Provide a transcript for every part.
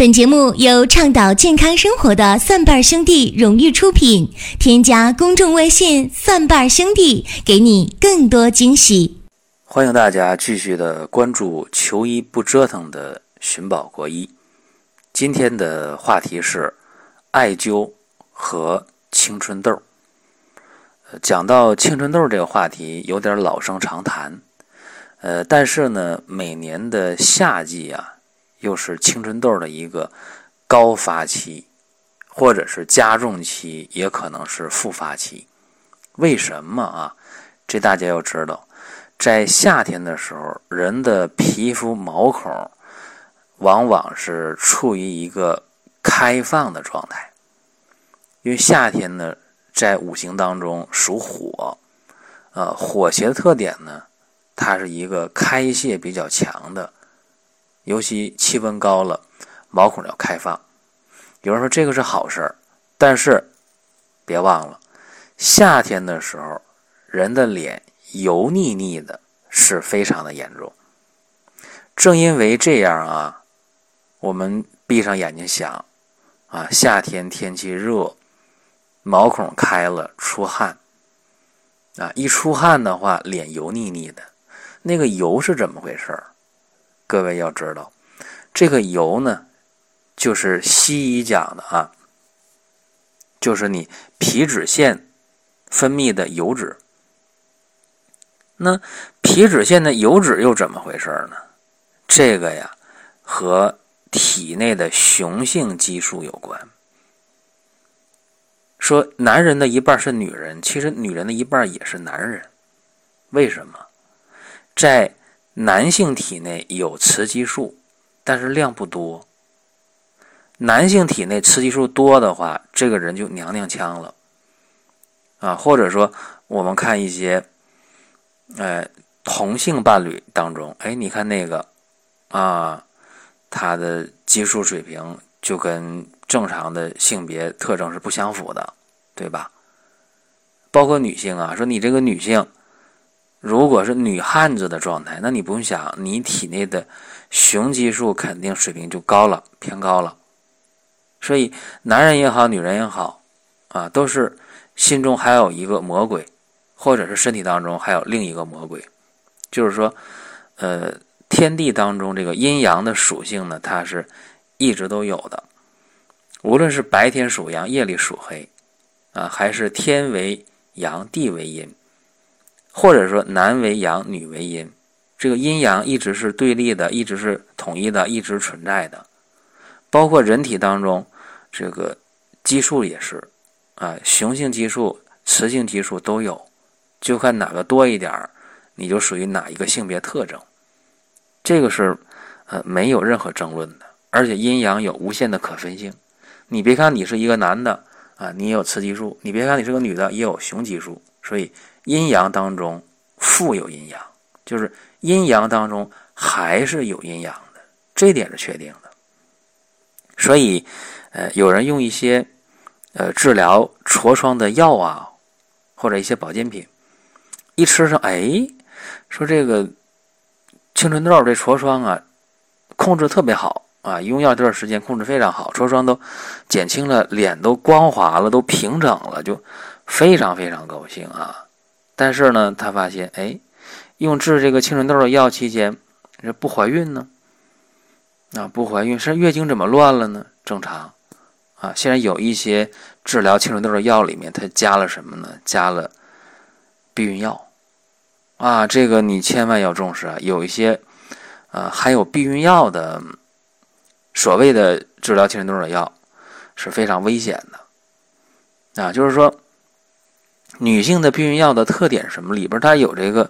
本节目由倡导健康生活的蒜瓣兄弟荣誉出品，添加公众微信蒜瓣兄弟，给你更多惊喜。 欢迎大家继续的关注求医不折腾的寻宝国医。今天的话题是艾灸和青春痘。讲到青春痘这个话题有点老生常谈，但是呢，每年的夏季啊，又是青春痘的一个高发期，或者是加重期，也可能是复发期。为什么啊？这大家要知道，在夏天的时候，人的皮肤毛孔往往是处于一个开放的状态，因为夏天呢，在五行当中属火，火邪的特点呢，它是一个开泄比较强的，尤其气温高了，毛孔要开放。有人说这个是好事儿，但是别忘了，夏天的时候，人的脸油腻腻的是非常的严重。正因为这样啊，我们闭上眼睛想啊，夏天天气热，毛孔开了，出汗啊，一出汗的话，脸油腻腻的。那个油是怎么回事？各位要知道，这个油呢，就是西医讲的啊，就是你皮脂腺分泌的油脂。那皮脂腺的油脂又怎么回事呢？这个呀，和体内的雄性激素有关。说男人的一半是女人，其实女人的一半也是男人。为什么？在男性体内有雌激素，但是量不多。男性体内雌激素多的话，这个人就娘娘腔了啊。或者说我们看一些同性伴侣当中，你看那个啊，他的激素水平就跟正常的性别特征是不相符的，对吧？包括女性啊，说你这个女性如果是女汉子的状态，那你不用想，你体内的雄激素肯定水平就高了，偏高了。所以男人也好，女人也好啊，都是心中还有一个魔鬼，或者是身体当中还有另一个魔鬼。就是说天地当中这个阴阳的属性呢，它是一直都有的。无论是白天属阳，夜里属黑啊，还是天为阳，地为阴，或者说男为阳，女为阴，这个阴阳一直是对立的，一直是统一的，一直存在的。包括人体当中这个激素也是啊，雄性激素、雌性激素都有，就看哪个多一点，你就属于哪一个性别特征。这个是没有任何争论的，而且阴阳有无限的可分性。你别看你是一个男的啊，你也有雌激素；你别看你是个女的，也有雄激素。所以阴阳当中富有阴阳，就是阴阳当中还是有阴阳的，这一点是确定的。所以有人用一些治疗痤疮的药啊，或者一些保健品，一吃上说这个青春痘这痤疮啊控制特别好啊，用药这段时间控制非常好，痤疮都减轻了，脸都光滑了，都平整了，就非常非常高兴啊。但是呢，他发现用治这个青春痘的药期间不怀孕呢啊，不怀孕，是月经怎么乱了呢？正常啊。现在有一些治疗青春痘的药里面它加了什么呢？加了避孕药啊，这个你千万要重视啊。有一些含有避孕药的所谓的治疗青春痘的药是非常危险的啊。就是说女性的避孕药的特点是什么？里边它有这个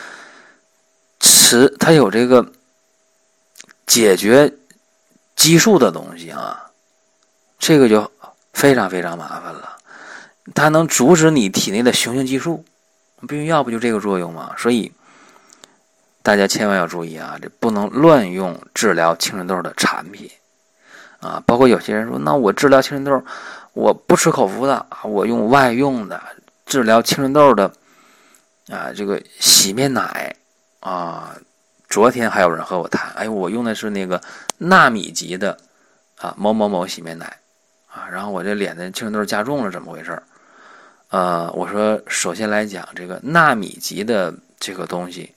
它有这个解决激素的东西啊，这个就非常非常麻烦了。它能阻止你体内的雄性激素，避孕药不就这个作用吗？所以大家千万要注意啊，这不能乱用治疗青春痘的产品啊。包括有些人说，那我治疗青春痘我不吃口服的，我用外用的治疗青春痘的啊，这个洗面奶啊。昨天还有人和我谈，我用的是那个纳米级的某某某洗面奶然后我这脸的青春痘加重了，怎么回事？我说首先来讲，这个纳米级的这个东西，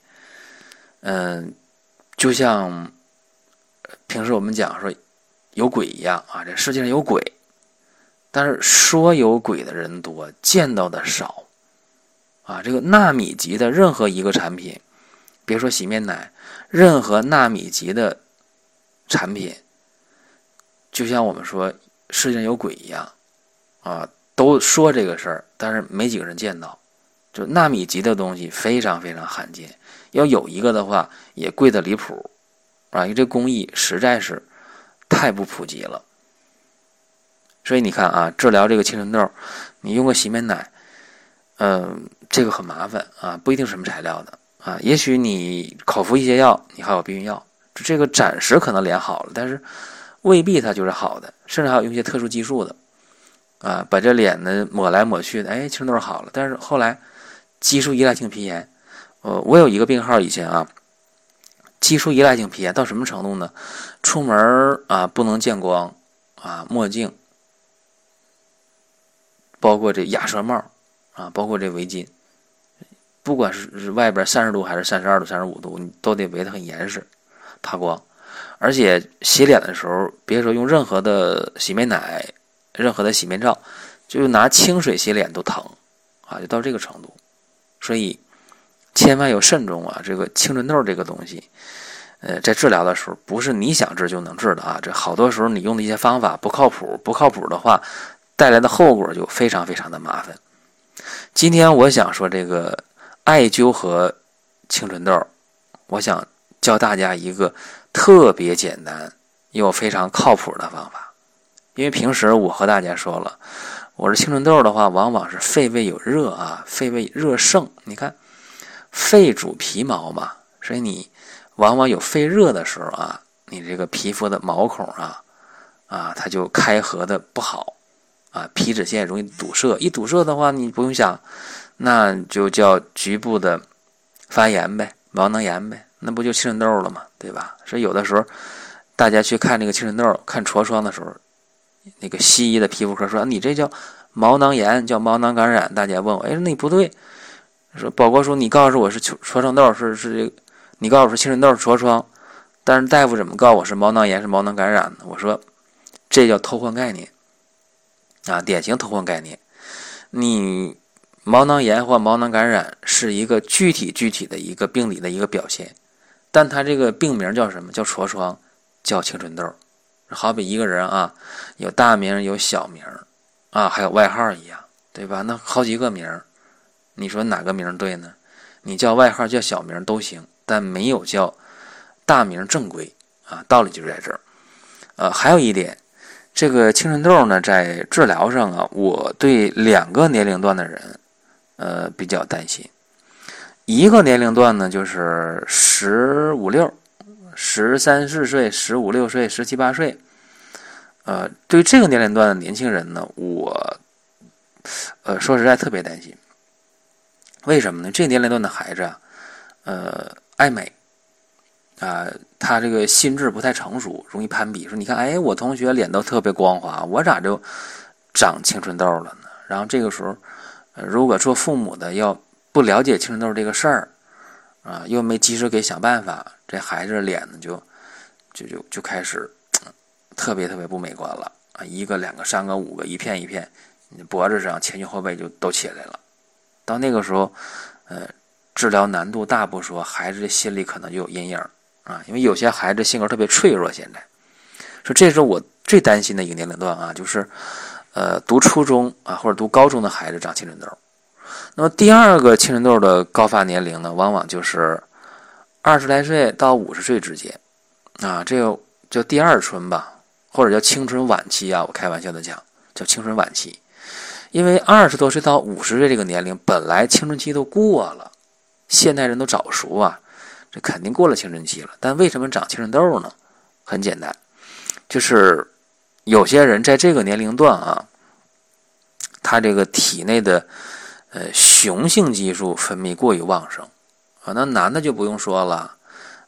就像平时我们讲说有鬼一样这世界上有鬼，但是说有鬼的人多，见到的少这个纳米级的任何一个产品，别说洗面奶，任何纳米级的产品，就像我们说世界上有鬼一样都说这个事儿，但是没几个人见到。就纳米级的东西非常非常罕见，要有一个的话也贵得离谱因为这工艺实在是太不普及了。所以你看治疗这个青春痘，你用个洗面奶，这个很麻烦不一定是什么材料的也许你口服一些药，你还有避孕药，这个暂时可能脸好了，但是未必它就是好的，甚至还有用一些特殊技术的把这脸呢抹来抹去的，青春痘好了，但是后来激素依赖性皮炎，我有一个病号以前激素依赖性皮炎到什么程度呢？出门不能见光墨镜，包括这鸭舌帽包括这围巾，不管是外边30度还是32度、35度，你都得围得很严实，怕光。而且洗脸的时候，别说用任何的洗面奶、任何的洗面皂，就拿清水洗脸都疼就到这个程度。所以千万要慎重这个青春痘这个东西，在治疗的时候不是你想治就能治的这好多时候你用的一些方法不靠谱的话，带来的后果就非常非常的麻烦。今天我想说这个艾灸和青春痘，我想教大家一个特别简单又非常靠谱的方法。因为平时我和大家说了，我这青春痘的话往往是肺胃有热肺胃热盛，你看肺主皮毛嘛，所以你往往有肺热的时候你这个皮肤的毛孔它就开合的不好皮脂腺容易堵塞，一堵塞的话你不用想，那就叫局部的发炎呗，毛囊炎呗，那不就青春痘了吗？对吧？所以有的时候大家去看这个青春痘看痤疮的时候，那个西医的皮肤科说你这叫毛囊炎，叫毛囊感染，大家问我那不对，说宝国叔你告诉我是痤疮痘是这个，你告诉我是青春痘是痤疮，但是大夫怎么告诉我是毛囊炎是毛囊感染呢？我说这叫偷换概念典型偷换概念。你毛囊炎或毛囊感染是一个具体的一个病理的一个表现，但它这个病名叫什么？叫痤疮，叫青春痘。好比一个人有大名有小名还有外号一样，对吧？那好几个名，你说哪个名对呢？你叫外号叫小名都行，但没有叫大名正规道理就在这儿。还有一点，这个青春痘呢，在治疗上我对2个年龄段的人比较担心。一个年龄段呢，就是15、16、13、14岁、15、16岁、17、18岁。对这个年龄段的年轻人呢，我说实在特别担心。为什么呢？这个年龄段的孩子爱美他这个心智不太成熟，容易攀比，说你看我同学脸都特别光滑，我咋就长青春痘了呢？然后这个时候如果做父母的要不了解青春痘这个事儿又没及时给想办法，这孩子的脸呢就开始特别不美观了1个、2个、3个、5个，一片一片，脖子上前胸后背就都起来了。到那个时候治疗难度大不说，孩子的心里可能就有阴影因为有些孩子性格特别脆弱，现在说这是我最担心的一个年龄段就是读初中或者读高中的孩子长青春痘。那么第2个青春痘的高发年龄呢，往往就是20来岁到50岁之间这个叫第2春吧，或者叫青春晚期我开玩笑的讲叫青春晚期。因为20多岁到50岁这个年龄本来青春期都过了，现代人都早熟这肯定过了青春期了，但为什么长青春痘呢？很简单，就是有些人在这个年龄段他这个体内的雄性激素分泌过于旺盛那男的就不用说了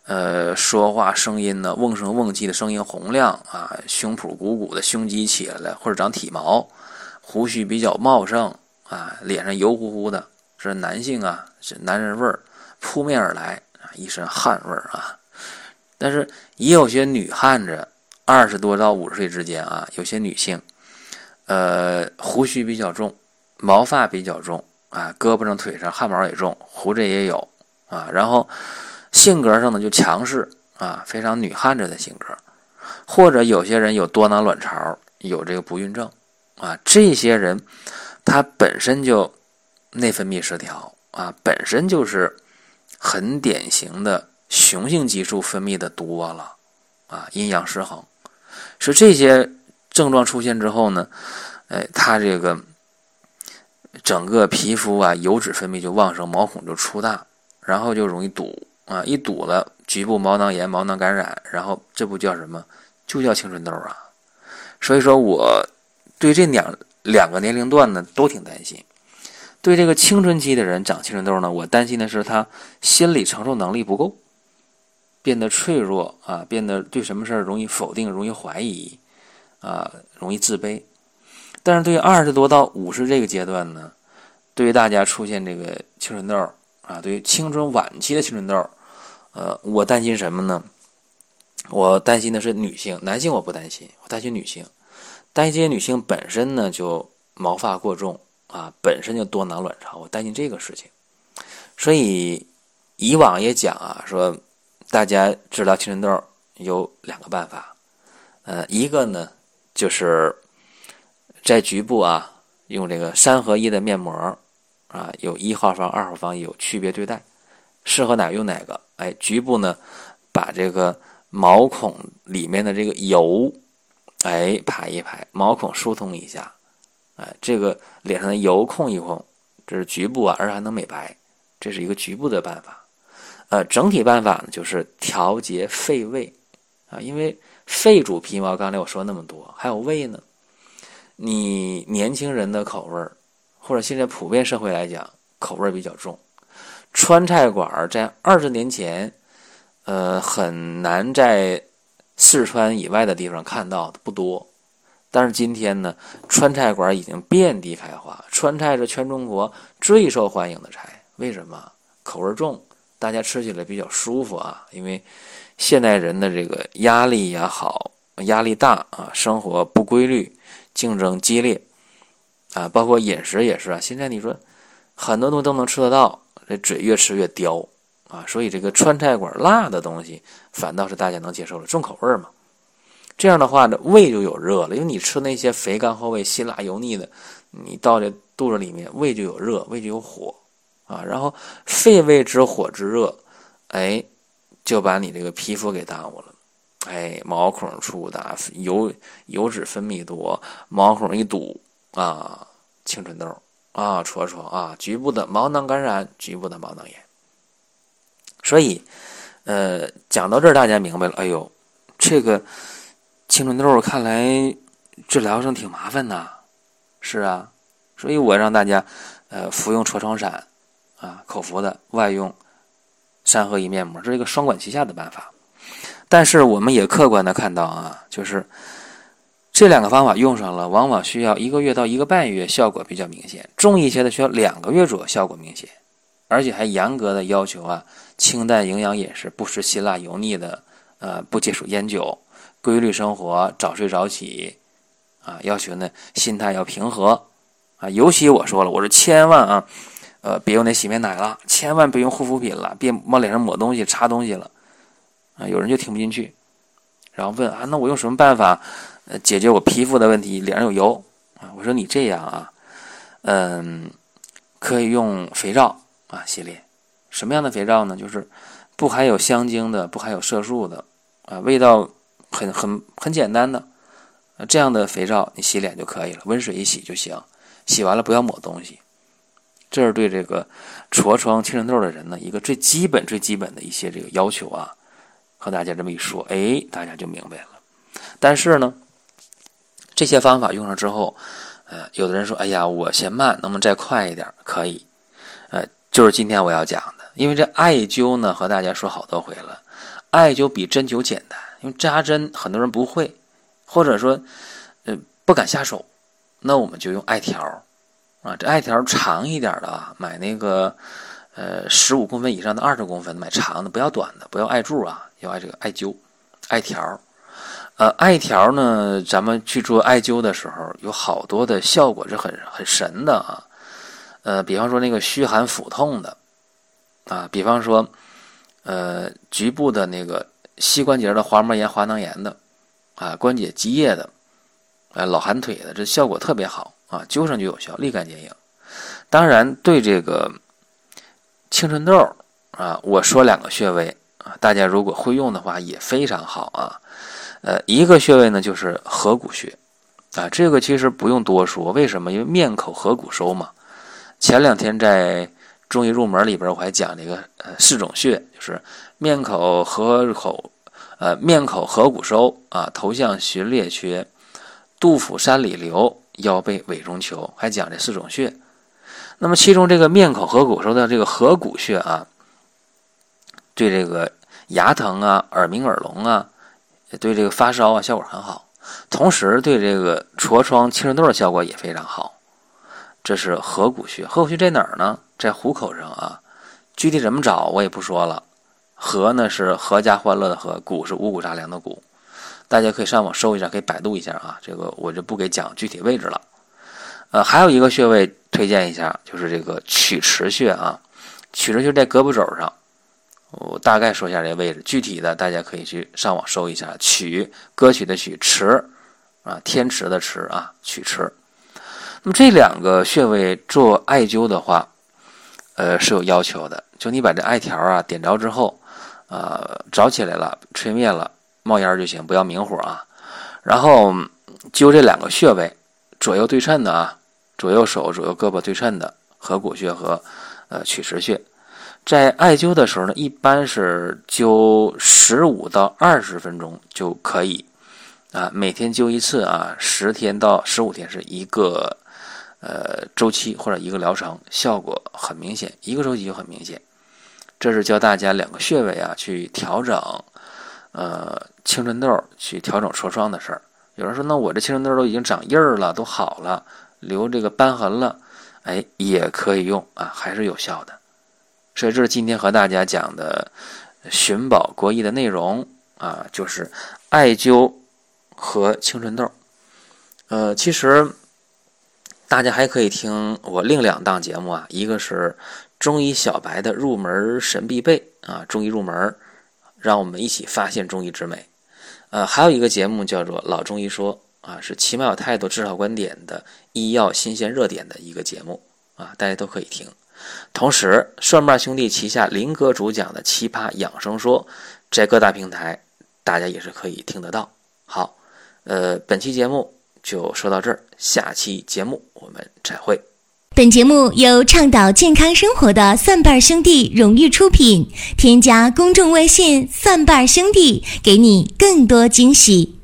说话声音呢瓮声瓮气的声音洪亮啊，胸脯鼓鼓的，胸肌起来了，或者长体毛，胡须比较茂盛啊，脸上油乎乎的，是男性啊，是男人味儿扑面而来啊，一身汗味儿啊。但是也有些女汉子20多到50岁之间啊，有些女性胡须比较重，毛发比较重啊，胳膊上腿上汗毛也重，胡子也有啊，然后性格上呢就强势啊，非常女汉子的性格，或者有些人有多囊卵巢，有这个不孕症啊，这些人他本身就内分泌失调啊，本身就是很典型的雄性激素分泌的多了啊，阴阳失衡。是这些症状出现之后呢，他这个整个皮肤啊油脂分泌就旺盛，毛孔就粗大，然后就容易堵啊，一堵了局部毛囊炎、毛囊感染，然后这不叫什么，就叫青春痘啊。所以说我对这两个年龄段呢都挺担心。对这个青春期的人长青春痘呢，我担心的是他心理承受能力不够，变得脆弱啊，变得对什么事儿容易否定、容易怀疑啊，容易自卑。但是对于20多到50这个阶段呢，对于大家出现这个青春痘啊，对于青春晚期的青春痘，我担心什么呢？我担心的是女性，男性我不担心，我担心女性。担心这些女性本身呢就毛发过重啊，本身就多囊卵巢，我担心这个事情。所以以往也讲啊，说大家治疗青春痘有2个办法，一个呢就是在局部啊用这个3合1的面膜啊，有1号方、2号方有区别对待，适合哪个用哪个。局部呢把这个毛孔里面的这个油排一排，毛孔疏通一下，这个脸上的油控一控，这是局部啊，而且还能美白，这是一个局部的办法。整体办法呢就是调节肺胃啊，因为肺主皮毛，刚才我说那么多，还有胃呢。你年轻人的口味或者现在普遍社会来讲口味比较重，川菜馆在20年前很难在四川以外的地方看到的，不多。但是今天呢，川菜馆已经遍地开花，川菜是全中国最受欢迎的菜。为什么？口味重，大家吃起来比较舒服啊，因为现代人的这个压力也好，压力大啊，生活不规律，竞争激烈啊，包括饮食也是啊。现在你说很多东西都能吃得到，这嘴越吃越刁啊，所以这个川菜馆辣的东西反倒是大家能接受了，重口味嘛。这样的话呢，胃就有热了，因为你吃那些肥甘厚味、辛辣油腻的，你到这肚子里面，胃就有热，胃就有火啊。然后肺胃之火之热，就把你这个皮肤给耽误了。毛孔粗大，油脂分泌多，毛孔一堵啊，青春痘啊，痤疮啊，局部的毛囊感染，局部的毛囊炎。所以讲到这儿大家明白了，这个青春痘看来治疗上挺麻烦的。是啊，所以我让大家服用痤疮散啊，口服的，外用3合1面膜，这是一个双管齐下的办法。但是我们也客观的看到啊，就是这2个方法用上了，往往需要1个月到1个半月效果比较明显，重一些的需要2个月左右效果明显，而且还严格的要求啊，清淡营养饮食，不吃辛辣油腻的，不接触烟酒，规律生活，早睡早起啊，要求呢心态要平和啊，尤其我说了，我说千万啊，别用那洗面奶了，千万别用护肤品了，别往脸上抹东西、擦东西了啊。有人就听不进去，然后问啊，那我用什么办法解决我皮肤的问题？脸上有油啊？我说你这样啊，可以用肥皂啊洗脸。什么样的肥皂呢？就是不含有香精的，不含有色素的啊，味道很简单的这样的肥皂你洗脸就可以了，温水一洗就行，洗完了不要抹东西。这是对这个痤疮、青春痘的人呢一个最基本的一些这个要求啊，和大家这么一说，大家就明白了。但是呢，这些方法用上之后，有的人说，我嫌慢，能不能再快一点？可以，就是今天我要讲的。因为这艾灸呢，和大家说好多回了， 艾灸比针灸简单，因为扎针很多人不会，或者说不敢下手，那我们就用艾条啊，这艾条长一点的啊，买那个15公分以上的20公分的，买长的，不要短的，不要艾柱啊，要这个艾灸艾条。艾条呢，咱们去做艾灸的时候，有好多的效果是很神的啊。比方说那个虚寒腹痛的啊，比方说局部的那个膝关节的滑膜炎、滑囊炎的啊，关节积液的，老寒腿的，这效果特别好啊，灸上就有效，立竿见影。当然，对这个青春痘啊，我说2个穴位啊，大家如果会用的话也非常好啊。一个穴位呢就是合谷穴啊，这个其实不用多说，为什么？因为面口合谷收嘛。前2天在中医入门里边我还讲这个4种穴，就是面口合谷收啊，头项循列缺，肚腹山里流，腰背委中求，还讲这4种穴。那么其中这个面口合谷收的这个合谷穴啊，对这个牙疼啊、耳鸣耳聋啊，对这个发烧啊效果很好，同时对这个痤疮、青春痘的效果也非常好。这是合谷穴。合谷穴在哪儿呢？在虎口上啊。具体怎么找我也不说了。合呢是阖家欢乐的合，谷是五谷杂粮的谷。大家可以上网搜一下，可以百度一下啊。这个我就不给讲具体位置了。还有一个穴位推荐一下，就是这个曲池穴啊。曲池穴在胳膊肘上。我大概说一下这个位置，具体的大家可以去上网搜一下。曲，歌曲的曲，池啊，天池的池啊，曲池。那么这2个穴位做艾灸的话，是有要求的。就你把这艾条啊点着之后，着起来了，吹灭了，冒烟就行，不要明火啊。然后灸这2个穴位，左右对称的啊，左右手、左右胳膊对称的合谷穴和曲池穴。在艾灸的时候呢，一般是灸15到20分钟就可以啊，每天灸1次啊，10天到15天是一个周期或者一个疗程，效果很明显，一个周期就很明显。这是教大家2个穴位啊，去调整青春痘，去调整痤疮的事儿。有人说，那我这青春痘都已经长印儿了，都好了，留这个瘢痕了，也可以用啊，还是有效的。所以这是今天和大家讲的寻宝国医的内容啊，就是艾灸和青春痘。其实大家还可以听我另2档节目啊，一个是中医小白的入门神必备啊，中医入门，让我们一起发现中医之美。还有一个节目叫做老中医说啊，是奇妙有态度、至少观点的医药新鲜热点的一个节目啊，大家都可以听。同时，蒜瓣兄弟旗下林哥主讲的奇葩养生说，在各大平台大家也是可以听得到。好，本期节目就说到这儿，下期节目我们再会。 本节目由倡导健康生活的蒜瓣兄弟荣誉出品，添加公众微信蒜瓣兄弟，给你更多惊喜。